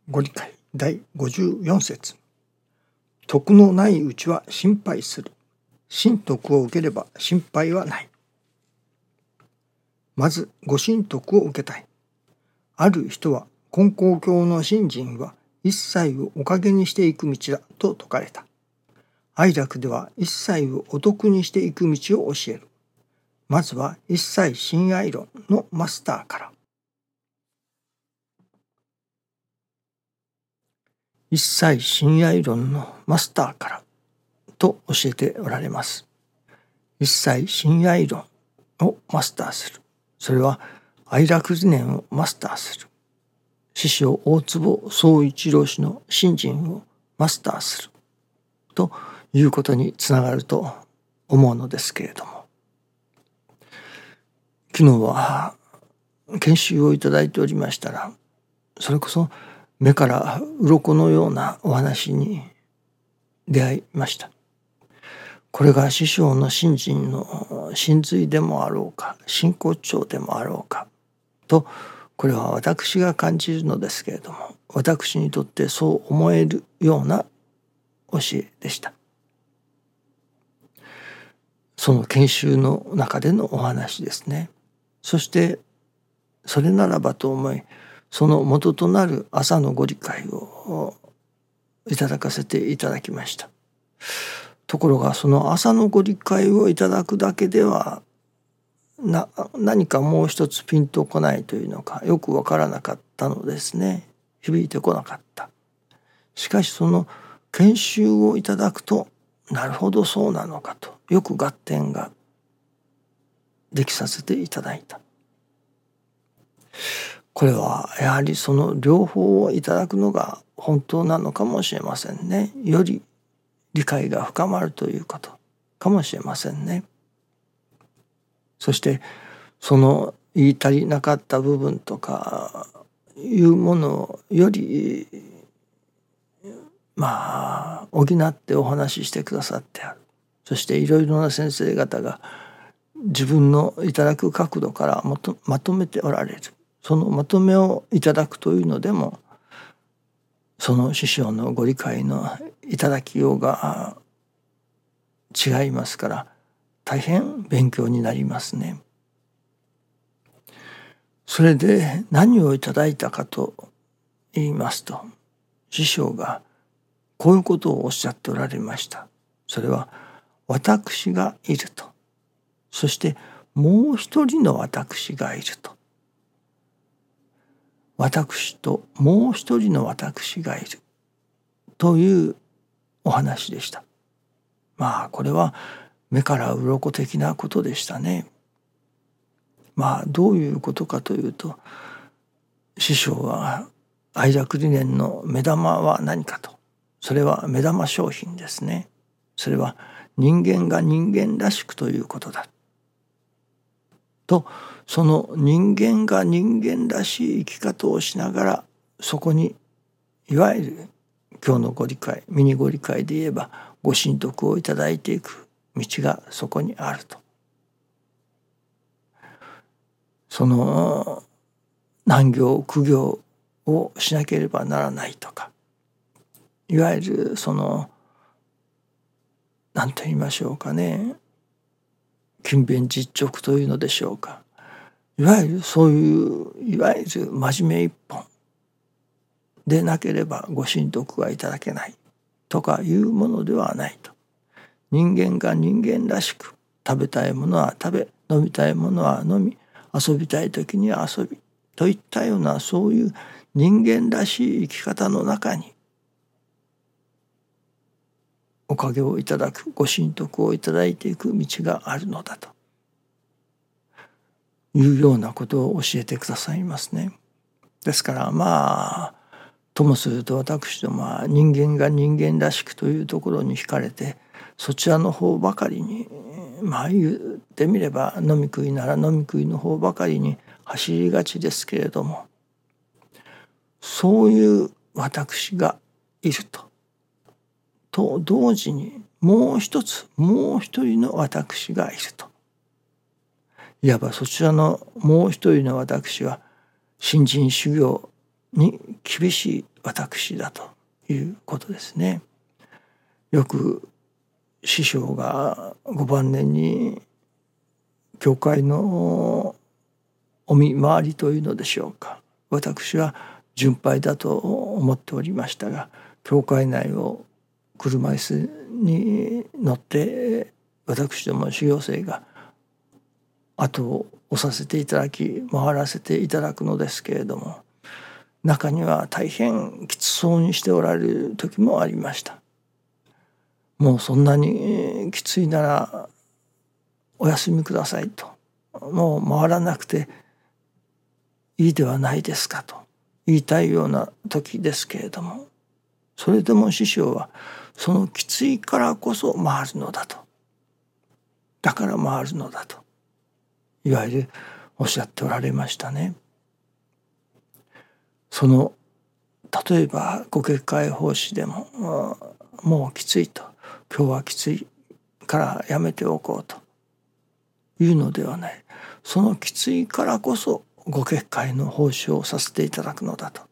ご理解第54節。徳のないうちは心配する。神徳を受ければ心配はない。まずご神徳を受けたい。ある人は金光教の信心は一切をおかげにしていく道だと説かれた。愛楽では一切をお得にしていく道を教える。まずは一切親愛論のマスターから。一切親愛論のマスターからと教えておられます。一切親愛論をマスターする。それは愛楽理念をマスターする。師匠大坪宗一郎氏の信心をマスターするということにつながると思うのですけれども、昨日は研修をいただいておりましたら、それこそ目から鱗のようなお話に出会いました。これが師匠の信心の真髄でもあろうか、真骨頂でもあろうかと、これは私が感じるのですけれども、私にとってそう思えるような教えでした。その研修の中でのお話ですね。そしてそれならばと思い、その元となる朝のご理解をいただかせていただきました。ところがその朝のご理解をいただくだけでは何かもう一つピンとこないというのか、よくわからなかったのですね。響いてこなかった。しかしその研修をいただくと、なるほどそうなのかと、よく合点ができさせていただいた。これはやはりその両方をいただくのが本当なのかもしれませんね。より理解が深まるということかもしれませんね。そしてその言い足りなかった部分とかいうものをより補ってお話ししてくださってある。そしていろいろな先生方が自分のいただく角度からまとめておられる。そのまとめをいただくというのでも、その師匠のご理解のいただきようが違いますから、大変勉強になりますね。それで何をいただいたかと言いますと、師匠がこういうことをおっしゃっておられました。それは私がいると、そしてもう一人の私がいると、私ともう一人の私がいるというお話でした。これは目から鱗的なことでしたね。どういうことかというと、師匠は愛楽理念の目玉は何かと、それは目玉商品ですね。それは人間が人間らしくということだと、その人間が人間らしい生き方をしながら、そこにいわゆる今日のご理解、ミニご理解で言えばご神徳をいただいていく道がそこにあると。その難行苦行をしなければならないとか、いわゆるその何と言いましょうかね、勤勉実直というのでしょうか、いわゆるそういういわゆる真面目一本でなければご神徳がいただけないとかいうものではないと。人間が人間らしく、食べたいものは食べ、飲みたいものは飲み、遊びたい時には遊びといったような、そういう人間らしい生き方の中におかげをいただく、ご神徳をいただいていく道があるのだというようなことを教えてくださいますね。ですからともすると、私どもは人間が人間らしくというところに惹かれて、そちらの方ばかりに、言ってみれば飲み食いなら飲み食いの方ばかりに走りがちですけれども、そういう私がいると同時に、もう一人の私がいると。いわばそちらのもう一人の私は新人修行に厳しい私だということですね。よく師匠がご晩年に教会のお見回りというのでしょうか、私は順配だと思っておりましたが、教会内を車椅子に乗って私ども修行生が後を押させていただき回らせていただくのですけれども、中には大変きつそうにしておられる時もありました。もうそんなにきついならお休みくださいと、もう回らなくていいではないですかと言いたいような時ですけれども、それでも師匠はそのきついからこそ回るのだと、だから回るのだといわゆるおっしゃっておられましたね。その例えばご結界奉仕でももうきついと、今日はきついからやめておこうというのではない、そのきついからこそご結界の奉仕をさせていただくのだと、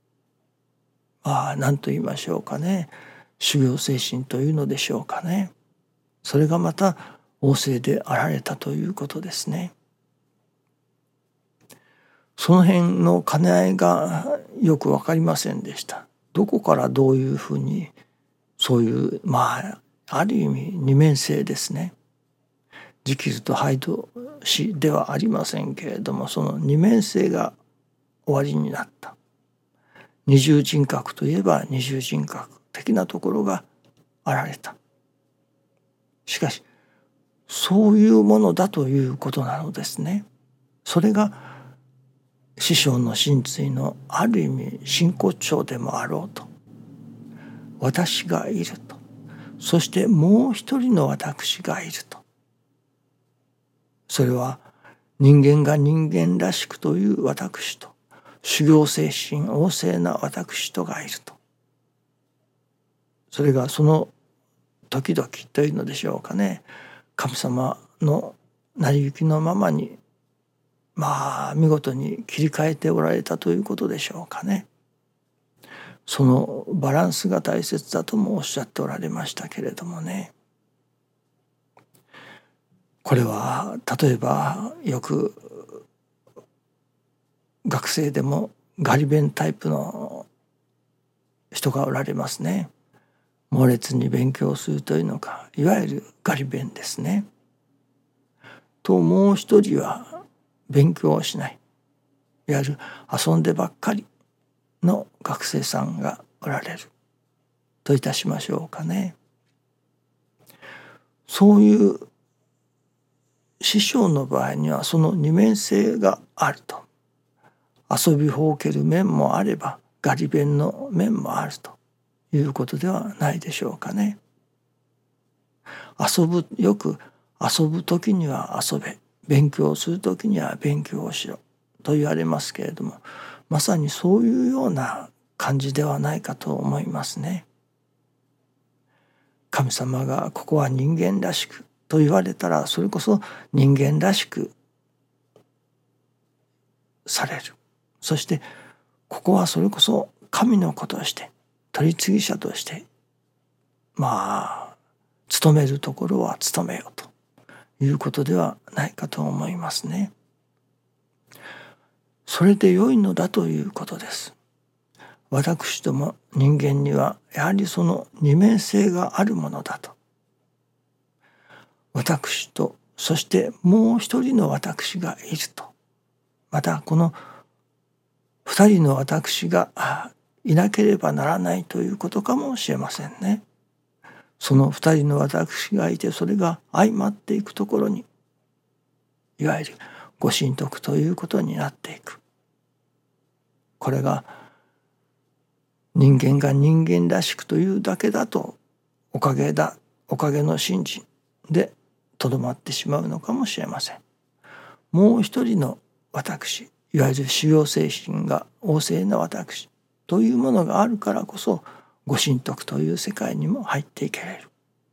何と言いましょうかね、修行精神というのでしょうかね。それがまた旺盛であられたということですね。その辺の兼ね合いがよく分かりませんでした。どこからどういうふうにそういうある意味二面性ですね。ジキルとハイド氏ではありませんけれども、その二面性が終わりになった。二重人格といえば二重人格的なところがあられた。しかしそういうものだということなのですね。それが師匠の神髄のある意味真骨頂でもあろうと。私がいると、そしてもう一人の私がいると。それは人間が人間らしくという私と、修行精神旺盛な私とがいると。それがその時々というのでしょうかね、神様の成り行きのままに見事に切り替えておられたということでしょうかね。そのバランスが大切だともおっしゃっておられましたけれどもね。これは例えばよく学生でもガリ勉タイプの人がおられますね。猛烈に勉強するというのか、いわゆるガリ勉ですね。ともう一人は勉強をしない、いわゆる遊んでばっかりの学生さんがおられるといたしましょうかね。そういう師匠の場合にはその二面性があると。遊びほうける面もあればガリ勉の面もあるということではないでしょうかね。よく遊ぶ時には遊べ、勉強する時には勉強をしろと言われますけれども、まさにそういうような感じではないかと思いますね。神様がここは人間らしくと言われたら、それこそ人間らしくされる。そしてここはそれこそ神の子として取り次ぎ者として務めるところは務めようということではないかと思いますね。それで良いのだということです。私ども人間にはやはりその二面性があるものだと。私とそしてもう一人の私がいると。またこの二人の私がいなければならないということかもしれませんね。その二人の私がいて、それが相まっていくところにいわゆるご神徳ということになっていく。これが人間が人間らしくというだけだとおかげの信心でとどまってしまうのかもしれません。もう一人の私、いわゆる修行精神が旺盛な私というものがあるからこそ、ご神徳という世界にも入っていけれる。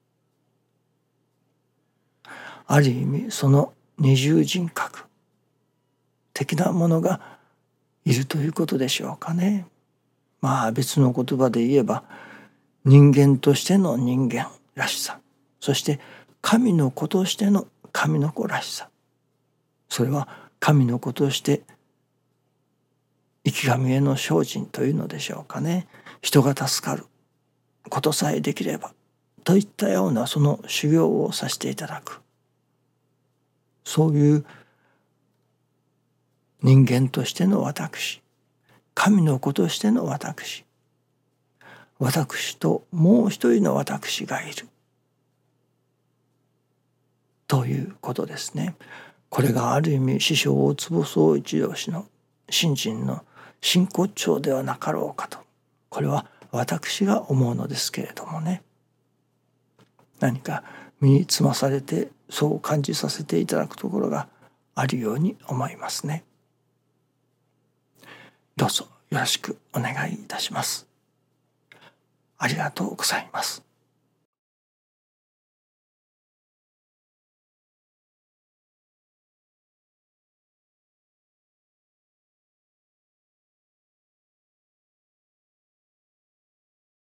ある意味その二重人格的なものがいるということでしょうかね。別の言葉で言えば、人間としての人間らしさ、そして神の子としての神の子らしさ、それは神の子として生き神への精進というのでしょうかね。人が助かることさえできればといったようなその修行をさせていただく、そういう人間としての私、神の子としての私、私ともう一人の私がいるということですね。これがある意味師匠大坪宗一郎氏の信心の真骨頂ではなかろうかと、これは私が思うのですけれどもね、何か身につまされてそう感じさせていただくところがあるように思いますね。どうぞよろしくお願いいたします。ありがとうございます。